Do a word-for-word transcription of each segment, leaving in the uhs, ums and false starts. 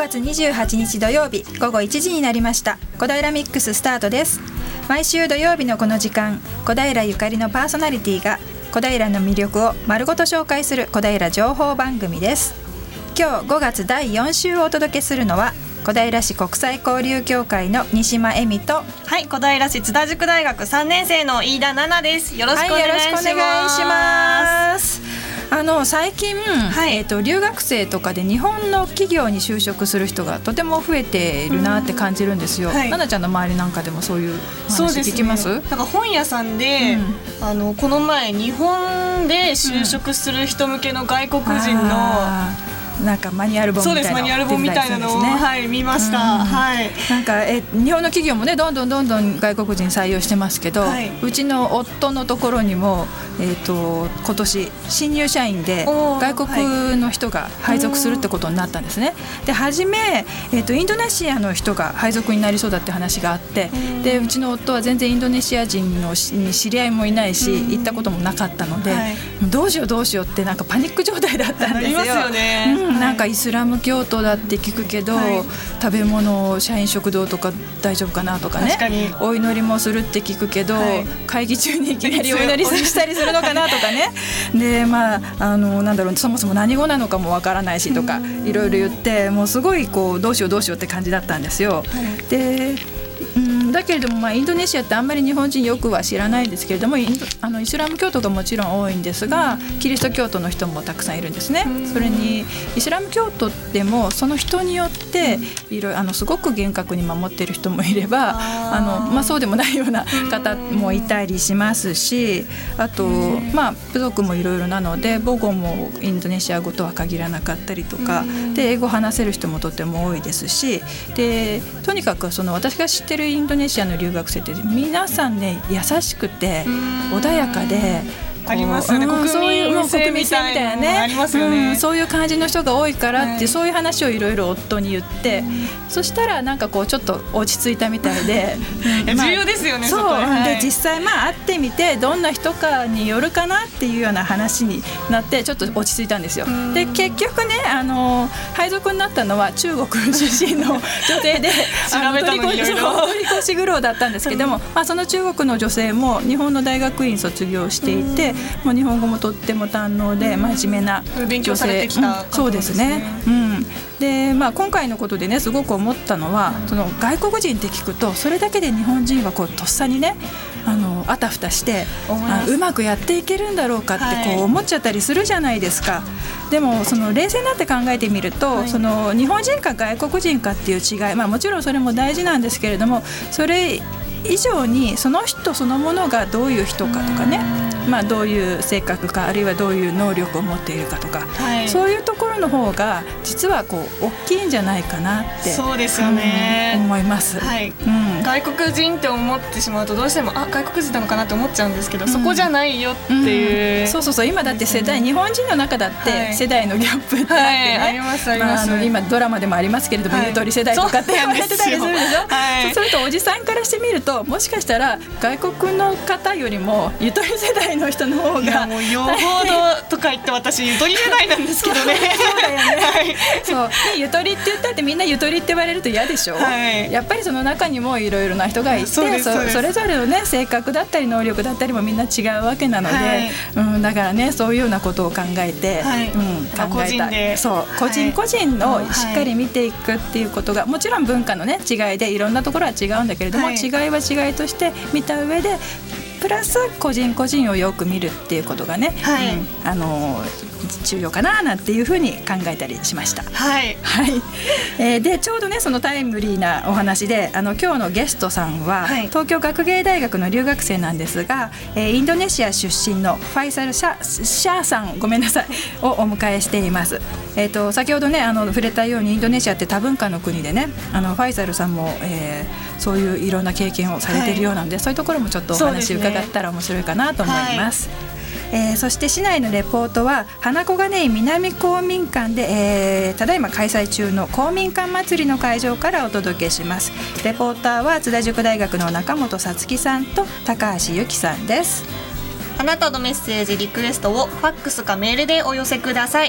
がつにじゅうはちにち土曜日ごごいちじになりました。小平ミックススタートです。毎週土曜日のこの時間、小平ゆかりのパーソナリティが小平の魅力を丸ごと紹介する小平情報番組です。今日ごがつだいよん週をお届けするのは小平市国際交流協会の西間恵美と、 はい、小平市津田塾大学さんねん生の飯田奈々です。よろしくお願いします。はい、よろしくお願いします。 あの最近、 はい、 えーと、留学生とかで日本の企業に就職する人がとても増えているなって感じるんですよ。奈々、はい、ちゃんの周りなんかでもそういう話聞きます？ そうですね、なんか本屋さんで、うん、あのこの前日本で就職する人向けの外国人の、 うんなんかマニュアル本みたいな、 そうです、マニュアル本みたいなのを、ね、はい、見ました。はい、 なんかえ日本の企業もねどんどんどんどん外国人採用してますけど、はい、うちの夫のところにも、えー、と今年新入社員で外国の人が配属するってことになったんですね。で初め、えー、とインドネシアの人が配属になりそうだって話があって、でうちの夫は全然インドネシア人のに知り合いもいないし行ったこともなかったので、はい、どうしようどうしようってなんかパニック状態だったんですよ。 ありますよね。 うんなんかイスラム教徒だって聞くけど、はい、食べ物社員食堂とか大丈夫かなとかね、 確かにお祈りもするって聞くけど、はい、会議中にいきなりお祈りしたりするのかなとかねで、まあ、あのなんだろうそもそも何語なのかもわからないしとかいろいろ言ってもうすごいこうどうしようどうしようって感じだったんですよ。はい、でうん、だけれども、まあ、インドネシアってあんまり日本人よくは知らないんですけれどもインドあのイスラム教徒がもちろん多いんですが、キリスト教徒の人もたくさんいるんですね。それにイスラム教徒でもその人によっていろいろあのすごく厳格に守っている人もいればあの、まあ、そうでもないような方もいたりしますし、あと、まあ、部族もいろいろなので母語もインドネシア語とは限らなかったりとかで英語を話せる人もとても多いですし、でとにかくその私が知ってるインドネシアの留学生って皆さんね優しくて穏やかでありますよね、 うん、 国民性みたいなのもありますよね、 うん、そういう感じの人が多いからって、はい、そういう話をいろいろ夫に言って、うん、そしたらなんかこうちょっと落ち着いたみたいで、 うんまあ、重要ですよね。 そう、 はい、 で実際まあ会ってみてどんな人かによるかなっていうような話になってちょっと落ち着いたんですよ。で結局ねあの配属になったのは中国出身の女性で調べたのにいろいろ取り越し苦労だったんですけども、うんまあ、その中国の女性も日本の大学院卒業していて、もう日本語もとっても堪能で真面目な女性、 勉強されてきた方ですね。 そうですね、うんでまあ、今回のことでねすごく思ったのはその外国人って聞くとそれだけで日本人はこうとっさにねあのあたふたしてあうまくやっていけるんだろうかってこう思っちゃったりするじゃないですか。でもその冷静になって考えてみると、はい、その日本人か外国人かっていう違い、まあ、もちろんそれも大事なんですけれどもそれ以上にその人そのものがどういう人かとかね、まあ、どういう性格かあるいはどういう能力を持っているかとか、はい、そういうところの方が実はこう大きいんじゃないかなってそうですよね、 うん、思います、 はいうん、外国人って思ってしまうとどうしてもあ外国人なのかなって思っちゃうんですけど、うん、そこじゃないよっていう、 うん、そうそうそう今だって世代、日本人の中だって世代のギャップってあってね、はい、 ありますあります、 まあ、あの今ドラマでもありますけれども、はい、ゆとり世代とかって言われてたりするでしょ、はい、そうするとおじさんからしてみるともしかしたら外国の方よりもゆとり世代の人の方がいやもうよほどとか言って私ゆとり世代なんですけどねそうだよね、はい、そうでゆとりって言ったってみんなゆとりって言われると嫌でしょ、はい、やっぱりその中にもいろいろな人がいて そ, そ, それぞれの、ね、性格だったり能力だったりもみんな違うわけなので、はいうん、だからねそういうようなことを考えて、はいうん、考えた個人でそう個人個人のしっかり見ていくっていうことが、もちろん文化の、ね、違いでいろんなところは違うんだけれども、はい、違いは違いとして見た上でプラス個人個人をよく見るっていうことがね、はいうん、あの重要かななんていうふうに考えたりしました。 はい、 はいえー、でちょうどねそのタイムリーなお話であの今日のゲストさんは、はい、東京学芸大学の留学生なんですが、えー、インドネシア出身のファイサル・シャ、シャーさんごめんなさいをお迎えしています。えー、と先ほどねあの触れたようにインドネシアって多文化の国でねあのファイサルさんも、えー、そういういろんな経験をされているようなので、はい、そういうところもちょっとお話伺ったら面白いかなと思います。えー、そして市内のレポートは花小金井南公民館で、えー、ただいま開催中の公民館祭りの会場からお届けします。レポーターは津田塾大学の中本さつきさんと高橋由紀さんです。 あなたのメッセージリクエストをファックスかメールでお寄せください。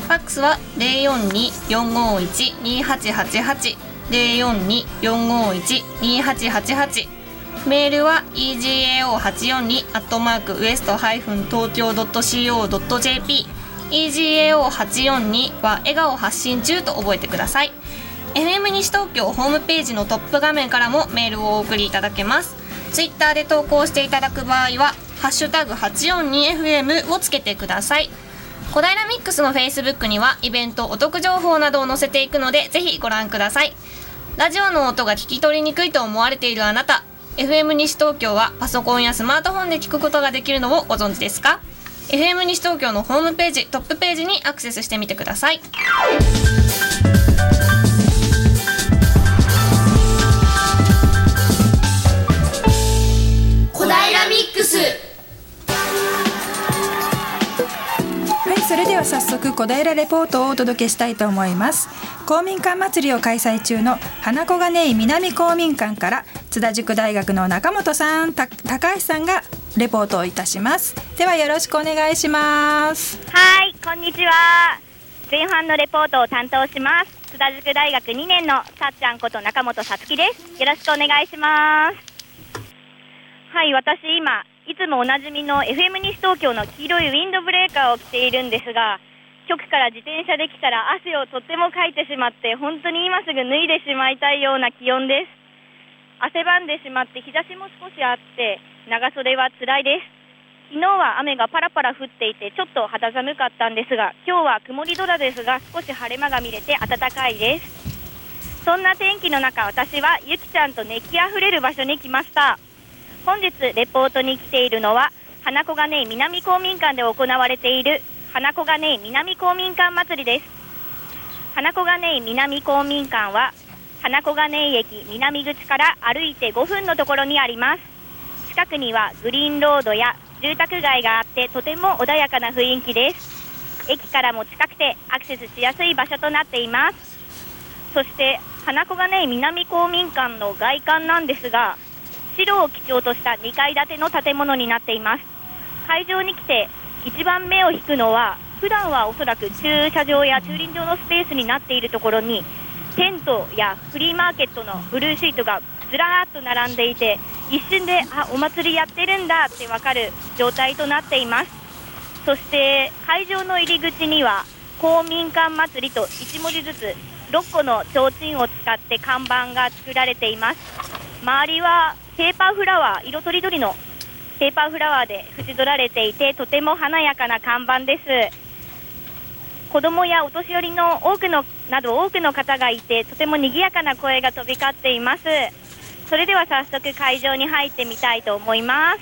ファックスは ゼロよんに よんごいち にはちはちはち ゼロよんに よんごいち にはちはちはち、メールは イージーエーオーはちよんに アットマークウエストハイフン東京ドットシーオードットジェーピー、 イージーエーオーはちよんに は笑顔発信中と覚えてください。 エフエム 西東京ホームページのトップ画面からもメールをお送りいただけます。ツイッターで投稿していただく場合はハッシュタグ はちよんにエフエム をつけてください。小平ミックスのフェイスブックにはイベントお得情報などを載せていくのでぜひご覧ください。ラジオの音が聞き取りにくいと思われているあなた、 エフエム 西東京はパソコンやスマートフォンで聞くことができるのをご存知ですか？ エフエム 西東京のホームページトップページにアクセスしてみてください。 小平ミックス。 はい、それでは早速小平レポートをお届けしたいと思います。公民館祭りを開催中の花小金井南公民館から津田塾大学の中本さん、た高橋さんがレポートをいたします。ではよろしくお願いします。 はい、こんにちは。前半のレポートを担当します津田塾大学にねんのさっちゃんこと中本さつきです。よろしくお願いします。はい、私今いつもおなじみの エフエム 西東京の黄色いウィンドブレーカーを着ているんですが、局から自転車で来たら汗をとってもかいてしまって、本当に今すぐ脱いでしまいたいような気温です。汗ばんでしまって日差しも少しあって長袖は辛いです。昨日は雨がパラパラ降っていてちょっと肌寒かったんですが、今日は曇り空ですが少し晴れ間が見れて暖かいです。そんな天気の中、私はゆきちゃんと熱気あふれる場所に来ました。本日レポートに来ているのは花小金井南公民館で行われている花小金井南公民館祭りです。花小金井南公民館は花小金井駅南口から歩いてごふんのところにあります。近くにはグリーンロードや住宅街があってとても穏やかな雰囲気です。駅からも近くてアクセスしやすい場所となっています。そして花小金井南公民館の外観なんですが、白を基調としたにかい建ての建物になっています。会場に来て一番目を引くのは、普段はおそらく駐車場や駐輪場のスペースになっているところにテントやフリーマーケットのブルーシートがずらーっと並んでいて、一瞬であお祭りやってるんだってわかる状態となっています。そして会場の入り口には公民館祭りといち文字ずつろっこの提灯を使って看板が作られています。周りはペーパーフラワー、色とりどりのペーパーフラワーで縁取られていてとても華やかな看板です。子どもやお年寄りの多くのなど多くの方がいてとても賑やかな声が飛び交っています。それでは早速会場に入ってみたいと思います。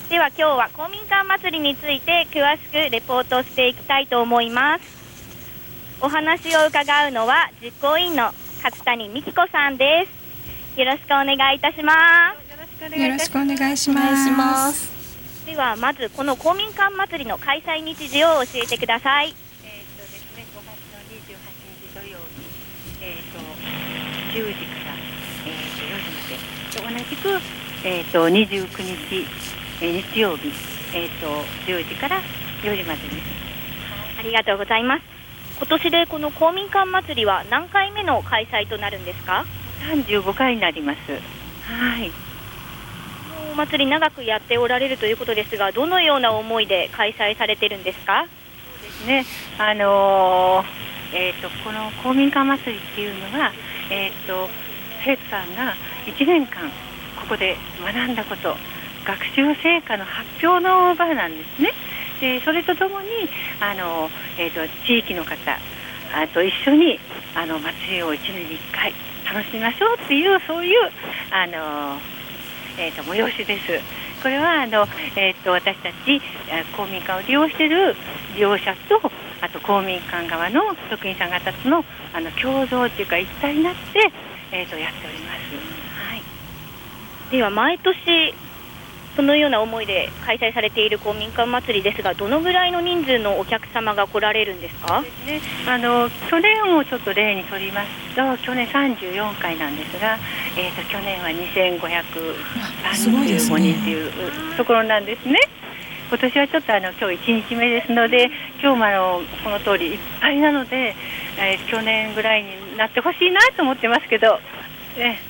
では今日は公民館祭りについて詳しくレポートしていきたいと思います。お話を伺うのは実行委員の勝谷美希子さんです。よろしくお願いいたします。 よろしくお願いします。 ではまずこの公民館祭りの開催日時を教えてください。 えーとですね、ごがつのにじゅうはちにち土曜日、えー、とじゅうじから、えー、とよじまで、同じく、えー、とにじゅうくにち、えー、日曜日、えー、とじゅうじからよじまでです。 ありがとうございます。今年でこの公民館祭りは何回目の開催となるんですか？ さんじゅうごかいになります。はい。 お祭り長くやっておられるということですが、どのような思いで開催されてるんですか？ そうですね、あのーえー、とこの公民館祭りっていうのは、えー、と生徒さんがいちねんかんここで学んだこと、学習成果の発表の場なんですね。でそれとともに、あのーえー、と地域の方あと一緒にあの祭りをいちねんにいっかい楽しみましょうっていう、そういうあの、えー、と催しです。これはあの、えー、と私たち公民館を利用している利用者と、あと公民館側の職員さん方とのあの共同というか一体になって、えー、とやっております。はい、 では毎年そのような思いで開催されている公民館祭りですが、どのぐらいの人数のお客様が来られるんですか？ そうですね、あの去年をちょっと例にとりますと、去年さんじゅうよんかいなんですが、えー、と去年はにせんごひゃくさんじゅうごにんというところなんですね。 今年はちょっとあの今日いちにちめですので、今日もあのこの通りいっぱいなので、えー、去年ぐらいになってほしいなと思ってますけど、ね、はい。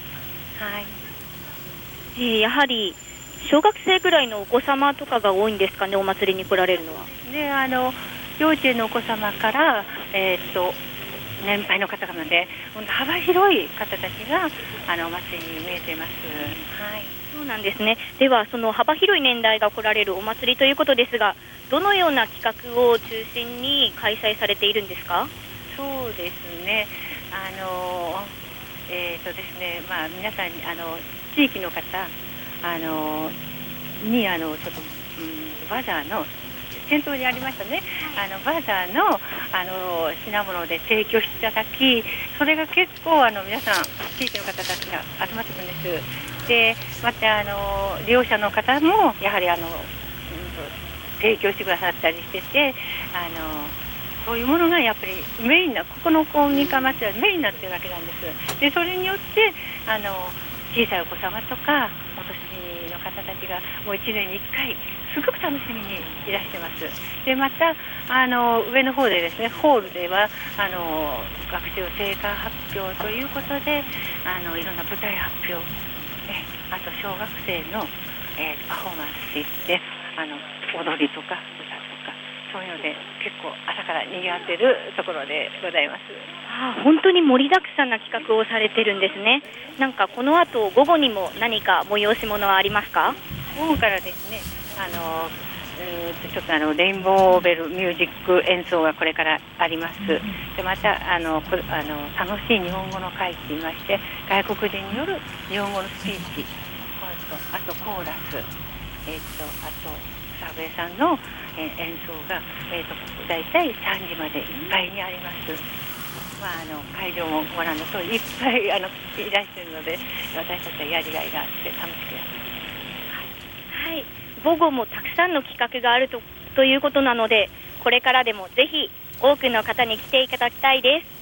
えー、やはり小学生ぐらいのお子様とかが多いんですかね、お祭りに来られるのは。 で、あの幼稚園のお子様から、えー、っと年配の方まで本当幅広い方たちがあのお祭りに見えています。はい。 そうなんですね。ではその幅広い年代が来られるお祭りということですが、どのような企画を中心に開催されているんですか？ そうですね。あのえーとですね、まあ皆さんあの地域の方あのにあのちょっと、うん、バザーの店頭にありましたね。あのバザーのあの品物で提供していただき、それが結構あの皆さん地域の方たちが集まってくるんです。でまたあの利用者の方もやはりあの、うん、提供してくださったりしてて、あのそういうものがやっぱりメインな、ここの公民館祭りはメインになっているわけなんです。でそれによってあの小さいお子様とかお年の方たちがもういちねんにいっかいすごく楽しみにいらしてます。でまたあの上の方でですね、ホールではあの学習成果発表ということであのいろんな舞台発表、えあと小学生の、えー、パフォーマンスであの踊りとか歌とかそういうので結構朝から賑わっているところでございます。 ああ、本当に盛りだくさんな企画をされてるんですね。なんかこの後午後にも何か催し物はありますか？ 午後からですね、あのちょっとあのレインボーベルミュージック演奏がこれからあります。でまたあのあの楽しい日本語の会といいまして、外国人による日本語のスピーチ、あとコーラス、えー、とあとサブエさんの、えー、演奏が、えー、とだいたいさんじまでいっぱいにあります。まあ、あの会場もご覧の通りいっぱいあのいらしているので、私たちはやりがいがあって楽しくやってます。はい、はい、 午後もたくさんの企画があると、ということなので、これからでもぜひ多くの方に来ていただきたいです。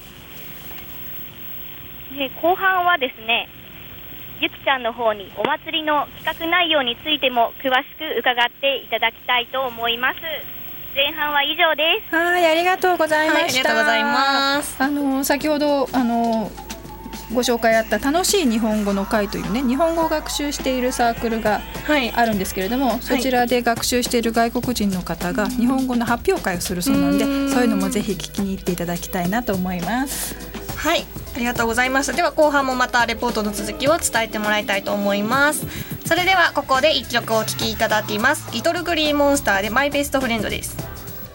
で後半はですね、ゆきちゃんの方にお祭りの企画内容についても詳しく伺っていただきたいと思います。前半は以上です。 はい、ありがとうございました。 はい、ありがとうございます。 あの先ほどあのご紹介あった楽しい日本語の会というね、日本語を学習しているサークルがあるんですけれども、はい、そちらで学習している外国人の方が日本語の発表会をするそうなので、そういうのもぜひ聞きに行っていただきたいなと思います。 はい、ありがとうございました。では後半もまたレポートの続きを伝えてもらいたいと思います。それではここでいっきょくお聴きいただきます。リトルグリーンモンスターでマイベストフレンドです。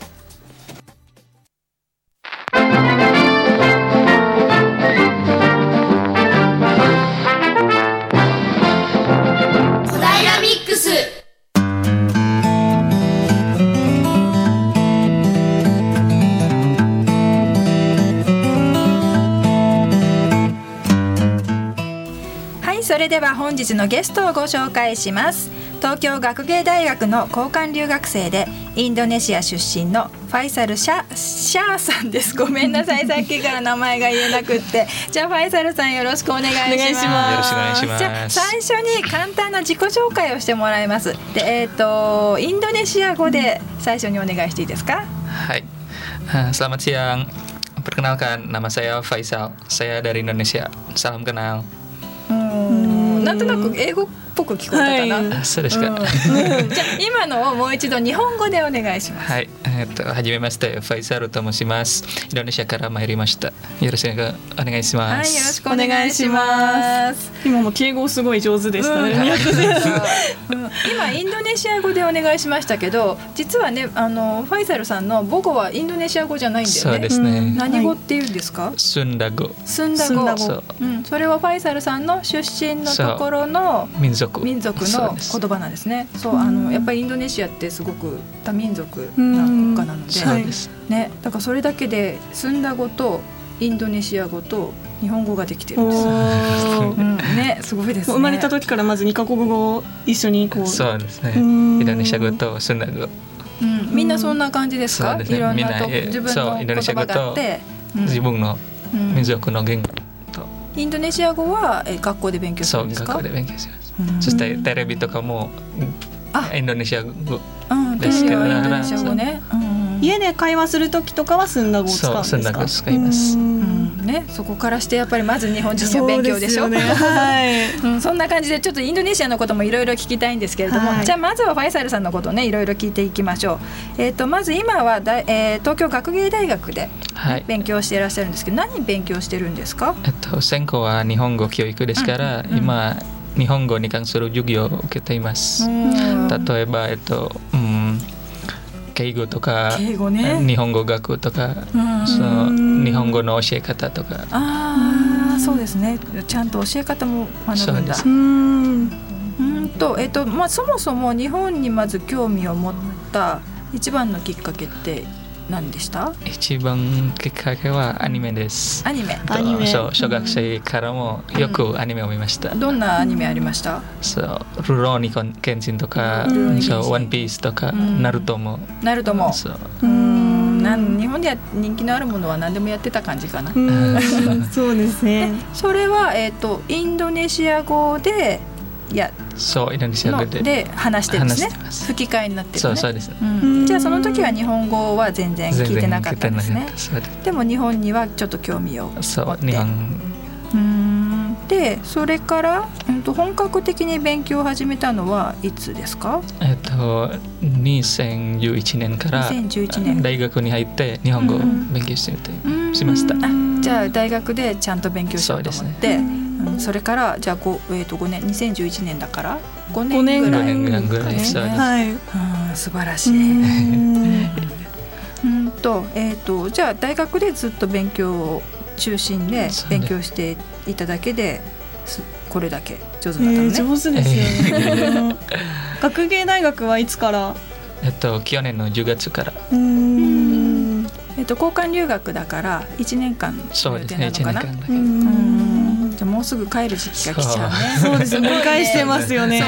それでは本日のゲストをご紹介します。東京学芸大学の交換留学生でインドネシア出身のファイサルシャ、シャーさんです。ごめんなさい、さっきから名前が言えなくってじゃあファイサルさんよろしくお願いします。 よろしくお願いします。 じゃあ最初に簡単な自己紹介をしてもらいます。で、えーと、インドネシア語で最初にお願いしていいですか？ はい、selamat siang. Perkenalkan, nama saya Faisal. Saya dari Indonesia. Salam kenal. なんとなく英語っぽく聞こえたかな、 はい、そうですか、うん、 じゃあ今のをもう一度日本語でお願いします。 はい、えっとはじめまして、ファイサルと申します。インドネシアから参りました。よろしくお願いします。 はい、よろしくお願いします。 今も敬語すごい上手でしたね、 うんうん、今インドネシア語でお願いしましたけど、実はね、あのファイサルさんの母語はインドネシア語じゃないんだよね。 そうですね、うん、 何語って言うんですか？ スンダ語。 スンダ語。そう、うん、それはファイサルさんの出身のところの民族民族の言葉なんですね。そう、あのやっぱりインドネシアってすごく多民族な国家なので、 そうです、 ね、だからそれだけでスンダ語とインドネシア語と日本語ができてるんです。うん、ね、すごいですね。 生まれた時からまずにカ国語を一緒にこう。 そうですね。インドネシア語とスンダ語。 うん、みんなそんな感じですか？ そうですね、 いろんなと自分の言葉があって、 自分の民族の言語と。 インドネシア語はえ学校で勉強するんですか？ そう、学校で勉強します。そしてテレビとかもインドネシア語ですかインドら、 ネシア語ね、うん、 家で会話する時とかはスンダ語を使うんですか？ そう、スンダ語を使います。 うんね、そこからしてやっぱりまず日本人には勉強でしょ。そうですよね、はい、うん、そんな感じでちょっとインドネシアのこともいろいろ聞きたいんですけれども、はい、じゃあまずはファイサルさんのことをねいろいろ聞いていきましょう。えー、とまず今はだ、えー、東京学芸大学で勉強していらっしゃるんですけど、はい、何勉強してるんですか？ えっと、専攻は日本語教育ですから、うんうん、今日本語に関する授業を受けています。例えば、えっとうん、敬語とか敬語、ね、 日本語学とか、その日本語の教え方とか。 ああ、そうですね。ちゃんと教え方も学ぶんだ。そうです。うんうんと、えっとまあ、そもそも日本にまず興味を持った一番のきっかけって何でした？ 一番きっかけはアニメです。 アニメ。 アニメ。そう、小学生からもよくアニメを見ました。 うん、どんなアニメありました？ そう、ルローニケンシンとか、そう、ワンピースとか、うん、ナルトも。 ナルトも。そう。うん、なん日本で人気のあるものは何でもやってた感じかな。うん、 そうですね。 それはえっとインドネシア語でや。 そう、インドネシア語でで話してるんですね。吹き替えになってるね。 そうそうです、 うん、じゃあその時は日本語は全然聞いてなかったんですね。でも日本にはちょっと興味を持って。そう日本うんでそれから、えっと、本格的に勉強を始めたのはいつですか？ えっとにせんじゅういちねんから大学に入って日本語を勉強してみてしました。 あ、じゃあ大学でちゃんと勉強しようと思って。うん、それからじゃあ 5,、えー、とごねんにせんじゅういちねんだからごねんぐらい、 ごねんぐらいです、はい、 うん、素晴らしい。うんと、えー、とじゃあ大学でずっと勉強を中心で勉強していただけでこれだけ上手だったのね。えー、 上手ですよね。学芸大学はいつから？ えっと去年のじゅうがつから。 うーん、えっと交換留学だからいちねんかんの予定なのかな。そうですね、いちねんかんだけ。うん、じゃあもうすぐ帰る時期が来ちゃうね。 そうですね。返してますよね。 そう、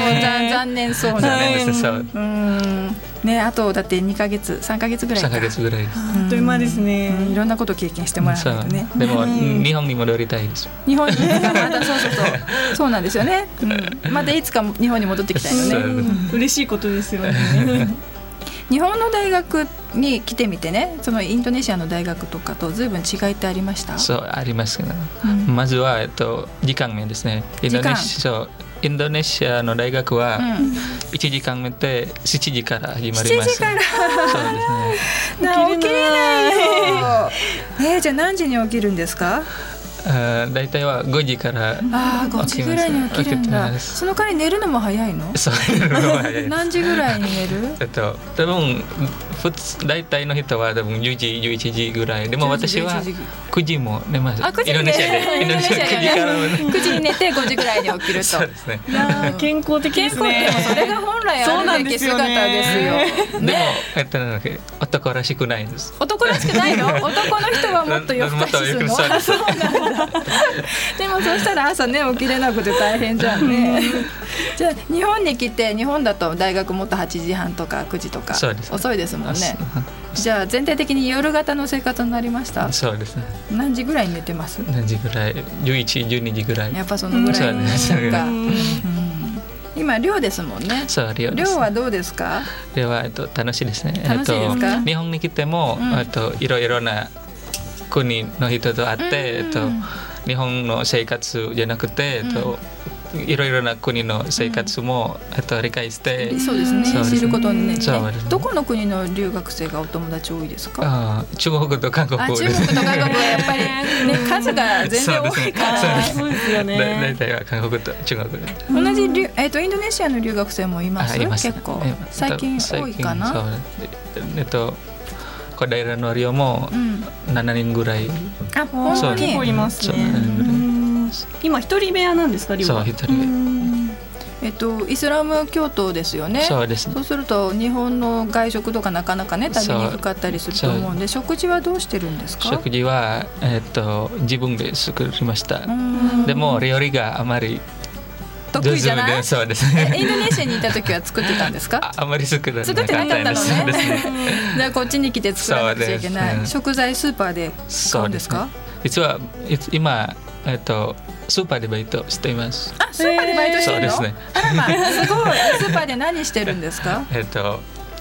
残念そうな、はい、うんね、あとだってにかげつさんかげつぐらいか。 さんかげつぐらい。 あっという間ですね、 うん、いろんなことを経験してもらわないとね。 でも日本に戻りたいです。 日本にまたそうそうそうそうなんですよね。うん、またいつか日本に戻ってきたいよね。うん、 嬉しいことですよね。 日本の大学に来てみてね、そのインドネシアの大学とかと随分違いってありました？ そう、ありますね、うん、まずは、えっと、時間面ですね。インドネシア、インドネシアの大学は、うん、いちじかんめでしちじから始まります。しちじから。そうですね。 起きれないよ。えー、じゃあ何時に起きるんですか？ だいたいはごじからあごじぐらいに起きるんだ。その代わり寝るのも早いの？ そう、寝るのも早い。 何時ぐらいに寝る？ えっと多分大体の人は多分じゅうじじゅういちじぐらいでも私はくじも寝ます。 あ、くじに寝る。インドネシアでくじからくじに寝てごじぐらいに起きると。 そうですね。 健康的ですね。 でもそれが本来あるべき姿ですよ。 でもえっとなんだっけ、男らしくないんです。 男らしくないの？男の人はもっと夜更かしするの？そうなんだ。でもそうしたら朝ね起きれなくて大変じゃんね。じゃあ日本に来て、日本だと大学もっとはちじはんとかくじとか遅いですもんね。じゃあ全体的に夜型の生活になりました？ そうですね。 何時ぐらいに寝てます？ 何時ぐらい？じゅういち、じゅうにじぐらい。 やっぱそのぐらいか。今寮ですもんね。 そう、寮です。 寮はどうですか？ 寮はえっと楽しいですね。 楽しいですか？ 日本に来てもえっといろいろな国の人と会ってえっと日本の生活じゃなくて、えっといろいろな国の生活も、うん、えっと理解して、 そうですね、知ることにね。どこの国の留学生がお友達多いですか？ あ、中国と韓国です。 中国と韓国はやっぱり、ね、数が全然多いから。 そうですよね。 大体は韓国と中国で。 同じ留、えっとインドネシアの留学生もいます？結構最近多いかな。 えっと小平の寮もしちにんぐらい。 あ、本当に結構いますね。今一人部屋なんですか？寮は。 そう、一人部屋。 えっとイスラム教徒ですよね。 そうですね。 そうすると日本の外食とかなかなかね食べにくかったりすると思うんで、食事はどうしてるんですか？ 食事はえっと自分で作りました。でも料理があまり得意じゃない？ そうですね。 インドネシアにいた時は作ってたんですか？ あ, あまり作らなかった作ってなかったのね。 そうですね。 じゃあこっちに来て作らなくちゃいけない。食材スーパーで買うんですか？ ね、実は今えっとスーパーでバイトしています。 あ、スーパーでバイトしてるの？ そうですね。 あらまあ、すごい。スーパーで何してるんですか？ えっと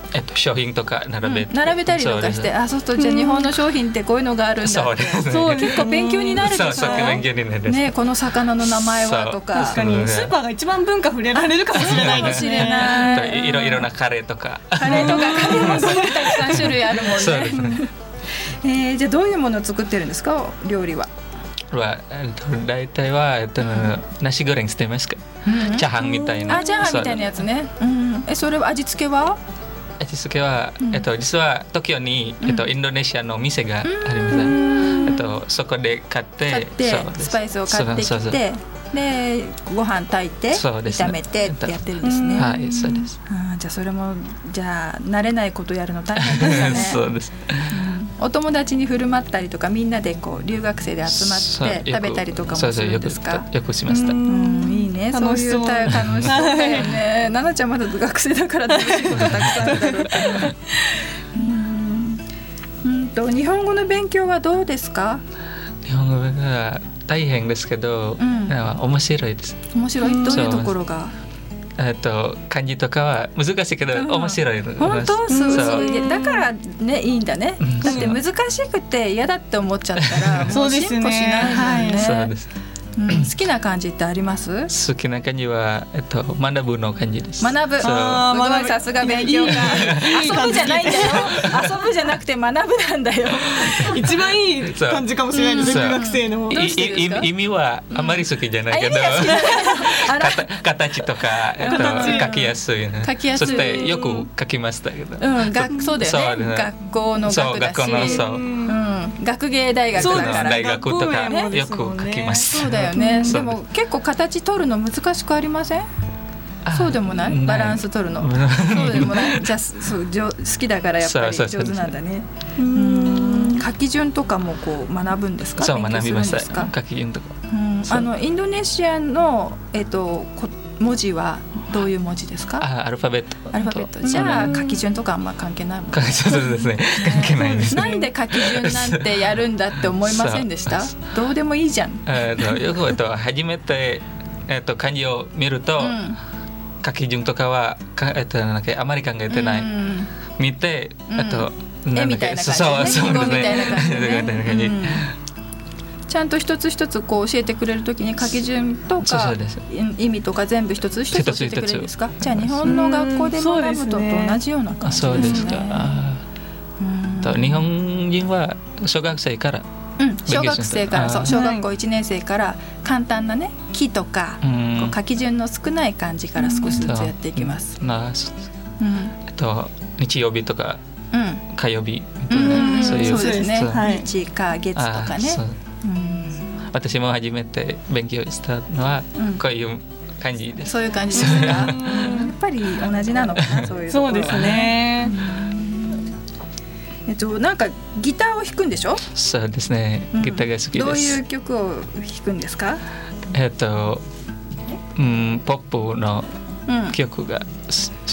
えっと、商品とか並べて、 うん、並べたりとかして、あ、そうするとじゃあ日本の商品ってこういうのがあるんだって、 そうですね、 そう結構勉強になるでしょ。 そうそう勉強になるね、この魚の名前はとか、 確かにスーパーが一番文化触れられるかもしれないですね。 かもしれない。 いろいろなカレーとかカレーとかカレーもすごいたくさん種類あるもんね。 そうですね。 えー、じゃあどういうものを作ってるんですか、料理は。 は、えっと、大体は、えっと、ナシゴレンしてますか、 うん、 チャーハンみたいな。 あ、チャーハンみたいなやつね。うん、え、それは味付けは味付けは、 うん、 えっと、実は東京に、えっと、インドネシアの店があります、 うん、 えっと、そこで買って買ってスパイスを買ってきて、そうそうそう、でご飯炊いて、ね、炒めてってやってるんですね。 はい、そうです。 あ、じゃあそれもじゃあ慣れないことやるの大変ですかね。 そうです、 うん、お友達に振る舞ったりとか、みんなでこう留学生で集まって食べたりとかもするんですか。 そうそう、よく、よくしました。 うん、いいね、 楽しそう、 そういう楽しそうだよね。ななちゃんまだ学生だから楽しいことたくさんあるだろうけど。うんうんと日本語の勉強はどうですか。 日本語が大変ですけど、うん、面白いです。 面白い、どういうところが。 えっと漢字とかは難しいけど、うん、面白い。 本当、そうそう、だからね、いいんだね。だって難しくて嫌だって思っちゃったらもう進歩しないもんね。 そうです。 うん、好きな漢字ってあります？ 好きな漢字は、えっと、学ぶの漢字です。 学ぶ。あ、すごい、さすが勉強家。遊ぶじゃないんだよ。遊ぶじゃなくて学ぶなんだよ。 一番いい感じかもしれないです。留学生の。 意味はあまり好きじゃないけど、形とか、えっと、書きやすい。書きやすい。そしてよく書きましたけど。 うん、学そうだよね。学校の学だし。学校のそう。うん、学芸大学だから。 大学とかよく書きます。 そうだよね。でも結構形取るの難しくありません？そうでもない？バランス取るの。そうでもない。じゃあそう好きだからやっぱり上手なんだね。うん。書き順とかもこう学ぶんですか？ そう、学びました。書き順とか。 あのインドネシアのえっと文字はどういう文字ですか？ あ、アルファベット。 アルファベット。じゃあ書き順とかあんま関係ないもんね。 そうですね。関係ないです。 なんで書き順なんてやるんだって思いませんでした？どうでもいいじゃん。 えっとよくえっと初めてえっと漢字を見ると、うん、書き順とかはかえっとなんだっけ、あまり考えてない。うん、見てえっと、 うん、絵みたいな感じ、ね。そうそうですね。ちゃんと一つ一つこう教えてくれるときに書き順とか意味とか全部一つ一つ教えてくれるんですか？じゃあ日本の学校で学ぶのと同じような感じですね。そうですか。 と日本人は小学生から、 うん、小学生からそう小学校いちねん生から簡単なね木とかこう書き順の少ない漢字から少しずつやっていきます。 まあ、えっと日曜日とか火曜日みたいな、そういうそうですね。日火月とかね。 うん、私も初めて勉強したのはこういう感じです。 そういう感じですか。やっぱり同じなのかな、そういうところは。 そうですね。 えっとなんかギターを弾くんでしょ？ そうですね。ギターが好きです。 どういう曲を弾くんですか？ えっと、うん、ポップの曲が好きです。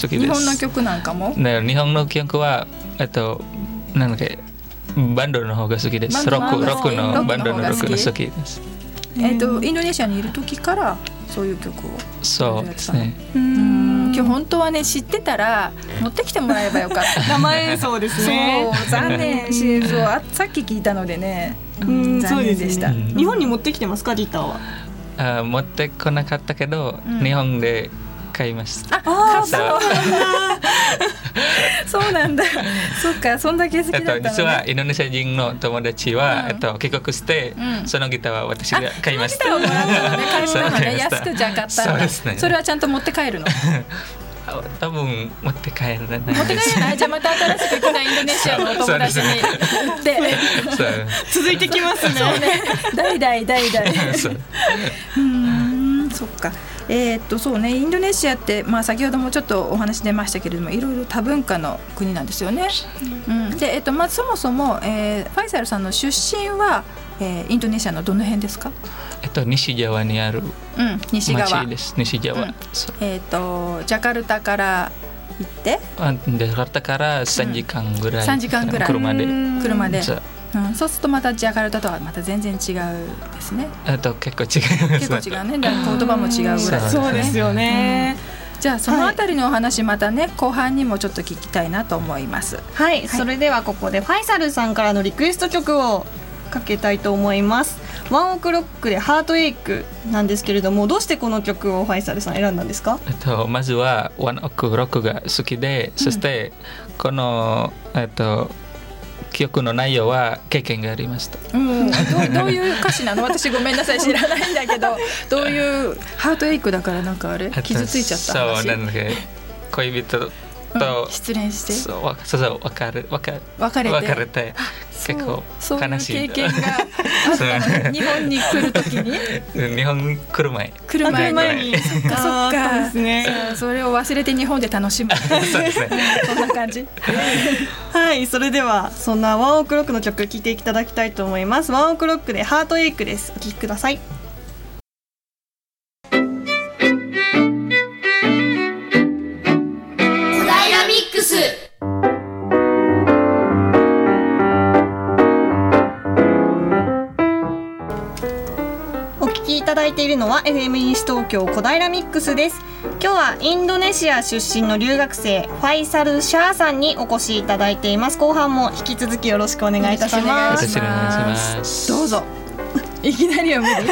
日本の曲なんかも？ ね、日本の曲はえっとなんだっけ。バンドの方が好きです。ロック、ロックのバンドのロックが好きです。 えっとインドネシアにいる時からそういう曲を。 そうですね。 今日本当はね知ってたら持ってきてもらえばよかった。 生演奏ですね。 そう残念し、そうあさっき聞いたのでね。残念でした。 日本に持ってきてますか、ギターは？ あ、持ってこなかったけど日本で買いました。 あ、買ったの。そうなんだ。そっか、そんだけ好きだったのね。 実はインドネシア人の友達は、えっと帰国して、そのギターは私が買いました。 ギターをもらったのね、買いしたのね、安くじゃ買ったんだ。 そうですね。 それはちゃんと持って帰るの？ 多分持って帰らない。持って帰らない。じゃあまた新しく来たインドネシアのお友達に売って、 続いてきますね。 代々代々。うん、そっか。えー、っとそうね、インドネシアって、まあ、先ほどもちょっとお話出ましたけれどもいろいろ多文化の国なんですよね。うん、で、えーっとまあ、そもそも、えー、ファイサルさんの出身は、えー、インドネシアのどの辺ですか？ えっと、西ジャワにある町です。西ジャワ、うん、 えー、っとジャカルタから行ってジャカルタからさんじかんぐらい、うん、さんじかんぐらい車で車でうん、そうするとまたジャカルタとはまた全然違うですね。 あと結構違います。 結構違うね。言葉も違うぐらい、 ね、そうですよね。 じゃあそのあたりのお話またね、後半にもちょっと聞きたいなと思います。 はい、はい、それではここでファイサルさんからのリクエスト曲をかけたいと思います。ワンオクロックでハートエイクなんですけれども、どうしてこの曲をファイサルさん選んだんですか？ えっと、まずはワンオクロックが好きで、うん、そしてこの、えっと、曲の内容は経験がありました。 うん、ど, どういう歌詞なの？私ごめんなさい知らないんだけどどういうハートエイクだからなんかあれ傷ついちゃった話？ そうなんだけど恋人と、 うん、失恋してそうそうそう別れ別れ別れて別れて結構悲しい。 そういう経験があったの日本に来るときに日本に来る前来る前にそっかそっかですね。 それを忘れて日本で楽しむそうですねそんな感じはい、それではそんなワンオクロックの曲聴いていただきたいと思います。ワンオクロックでハートエイクです。お聴きください。いただいているのは エフエム 西東京小平ミックスです。今日はインドネシア出身の留学生ファイサル・シャーさんにお越しいただいています。後半も引き続きよろしくお願いいたします。 よろしくお願いします。 どうぞいきなりは無理はい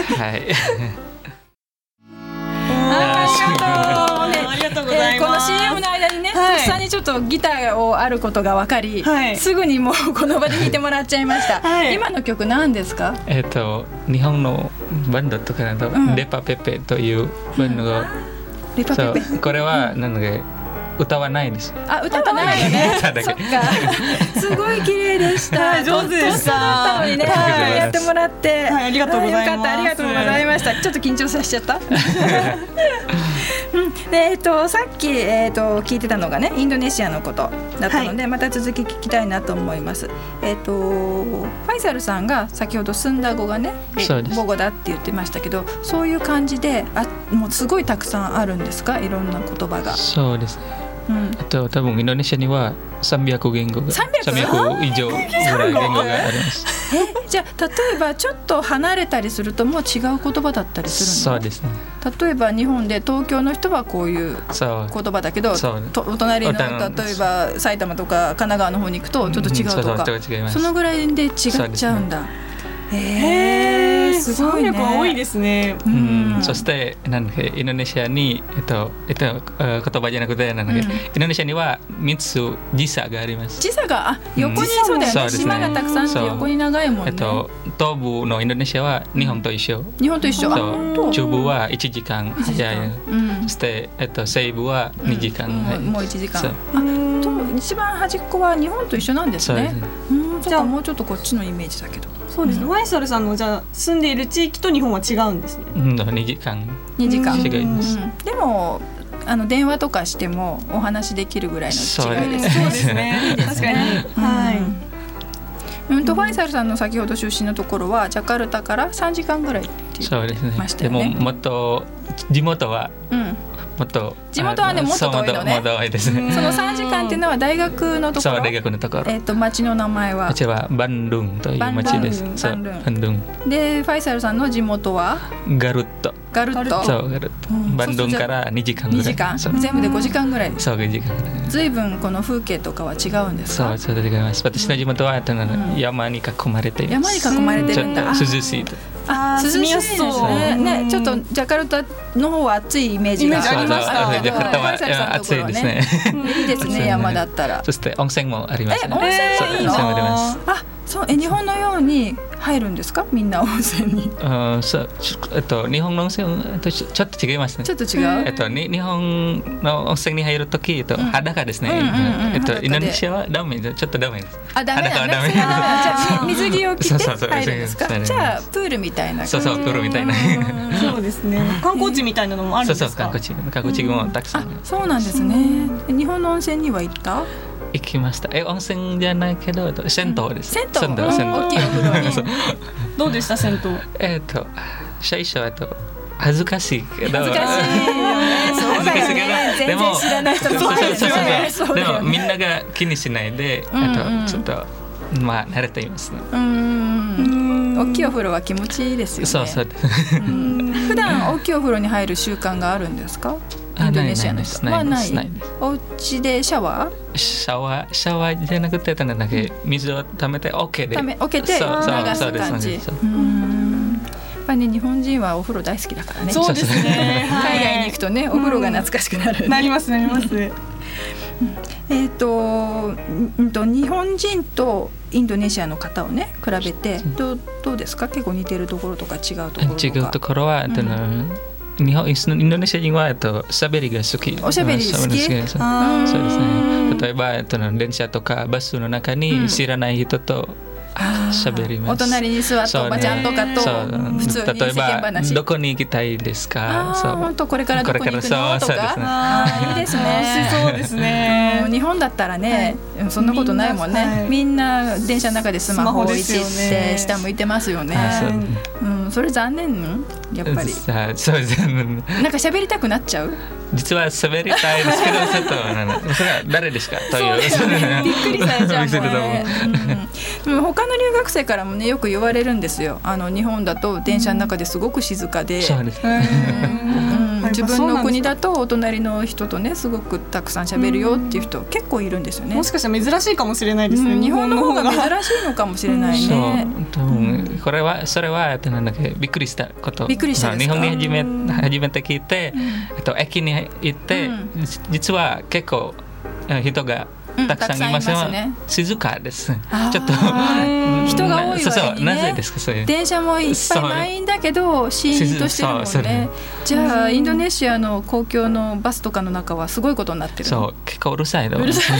ありがとうございます。 この シーエム の間にね、とっさにちょっとギターをあることが分かり、はい、すぐにもうこの場で弾いてもらっちゃいました、はい、今の曲何ですか？ えっと日本のバンドとかだと、うん、レパペペというバンドが、うん、 レパペペこれはなんだっけ歌はないです。 あ、歌はないよね。そっか。すごい綺麗でした。 上手でした。だったのにね、 はい、やってもらって、 はい、ありがとうございます。 よかった、ありがとうございました。ちょっと緊張させちゃった。うん、で、えっとさっきえっと聞いてたのがね、インドネシアのことだったので、はい、また続き聞きたいなと思います。えっとファイサルさんが先ほどスンダ語がね、母語だって言ってましたけど、そういう感じで、あ、もうすごいたくさんあるんですか？いろんな言葉が。 そうですね。うん、あと多分インドネシアにはさんびゃく言語がさんびゃく以上ぐらい言語があります。 え、じゃあ例えばちょっと離れたりするともう違う言葉だったりするの？ そうですね。 例えば日本で東京の人はこういう言葉だけど、とお隣の例えば埼玉とか神奈川の方に行くとちょっと違うとか、うん、そのぐらいで違っちゃうんだ。 へー、すごいね。さんびゃく多いですね。 うん、そしてなんだっけインドネシアにえっとえっと言葉じゃなくてなんだっけ、うん、インドネシアにはみっつ時差があります。 時差があ横に、そうだよね。島がたくさんあって横に長いもんね。 えっと東部のインドネシアは日本と一緒。 日本と一緒。 中部はいちじかん早い。そしてえっと西部はにじかん早い。 もういちじかん。あ、と一番端っこは日本と一緒なんですね。じゃあもうちょっとこっちのイメージだけど。 そうですね。ファイサルさんのじゃあ住んでいる地域と日本は違うんですね。 うん、にじかん。 にじかん。 違います。 でもあの電話とかしてもお話できるぐらいの違いですね。 そうですね。確かに。はい。 うんとファイサルさんの先ほど出身のところはジャカルタからさんじかんぐらいって言ってましたよね。 でももっと地元は。うん。もっと地元はねもっと遠いのね。 遠いですね。 そのさんじかんっていうのは大学のところ。 そう大学のところ。 えっと町の名前は。 町はバンドゥンという町です。 バンドゥン。でファイサルさんの地元はガルット。 ガルット。 そうガルット。バンドゥンからにじかんぐらい。 にじかん。全部でごじかんぐらい。 そうごじかんぐらい。 ずいぶんこの風景とかは違うんですか？ そうそう違います。私の地元は山に囲まれています。 山に囲まれてるんだ。 涼しい。 あ、涼しいですね。ね、ちょっとジャカルタの方は暑いイメージがありましたけど、ファイサルさんのところはね、いいですね山だったら。 そして温泉もありますね。 温泉もいいの？あ、そう、え日本のように入るんですか？みんな温泉に。 あ、そう、えっと日本の温泉とちょっと違いますね。 ちょっと違う。 えっと日本の温泉に入るとき、えっと裸ですね。えっとインドネシアはダメ、ちょっとダメです。 あ、ダメなんだ。じゃあ水着を着て入るんですか？じゃあプールみたいな。 そうそうプールみたいな。 そうですね。観光地みたいなのもあるんですか？ そうそう観光地、観光地もたくさん。 そうなんですね。日本の温泉には行った？ 行きました。え温泉じゃないけど銭湯です。 銭湯。銭湯。大きいお風呂に。 どうでした銭湯？ えっと最初はと恥ずかしいけど。 恥ずかしいよね。そうだよね。全然知らない人もいるね。 でもみんなが気にしないで、あとちょっとまあ慣れていますね。うん。 大きいお風呂は気持ちいいですよね。 そうそう。 普段大きいお風呂に入る習慣があるんですか？ インドネシアの人。 ないまあない。 ですないです。 お家でシャワーシャワーシャワーじゃなくてただけ水を溜めて OK でため置けて流そうそうすそうです感じ。 そううーんやっぱりね日本人はお風呂大好きだからね。 そうですね。 海外に行くとねお風呂が懐かしくなる。 なりますなります。 えっとうんと日本人とインドネシアの方をね比べてどうどうですか？結構似てるところとか違うところとか。 違うところは、うん、日本インドネシア人はえっと喋りが好き。 おしゃべり好き。 そうですね。例えばえっと電車とかバスの中に知らない人と喋ります。 お隣に座ったおばちゃんとかと普通に世間話。 例えばどこに行きたいですか？ 本当これからどこに行くのとか。いいですね。 そうですね。 日本だったらねそんなことないもんね。みんな電車の中でスマホを置いてって下向いてますよね。うんそれ残念やっぱり。 そうですね。 なんか喋りたくなっちゃう。 実は喋りたいですけどちょっとそれは誰ですかというびっくりされちゃうもんね。うん、他の留学生からもねよく言われるんですよ。あの日本だと電車の中ですごく静かで、 そうです。 自分の国だとお隣の人とねすごくたくさん喋るよっていう人結構いるんですよね。 もしかしたら珍しいかもしれないですね。 うん、日本の方が珍しいのかもしれないね。 そう、うん、これはそれはなんだっけびっくりしたこと。 びっくりしたですか？ 日本に初め初めて聞いて、えっと駅に行って、うん、実は結構人がたくさんいますよ、ね、静かです。ちょっと人が多いそう割にね。 なぜですかそういう。 電車もいっぱい満員だけどシーンとしてるもんね。じゃあインドネシアの公共のバスとかの中はすごいことになってる。 そう結構うるさいの。 うるさい。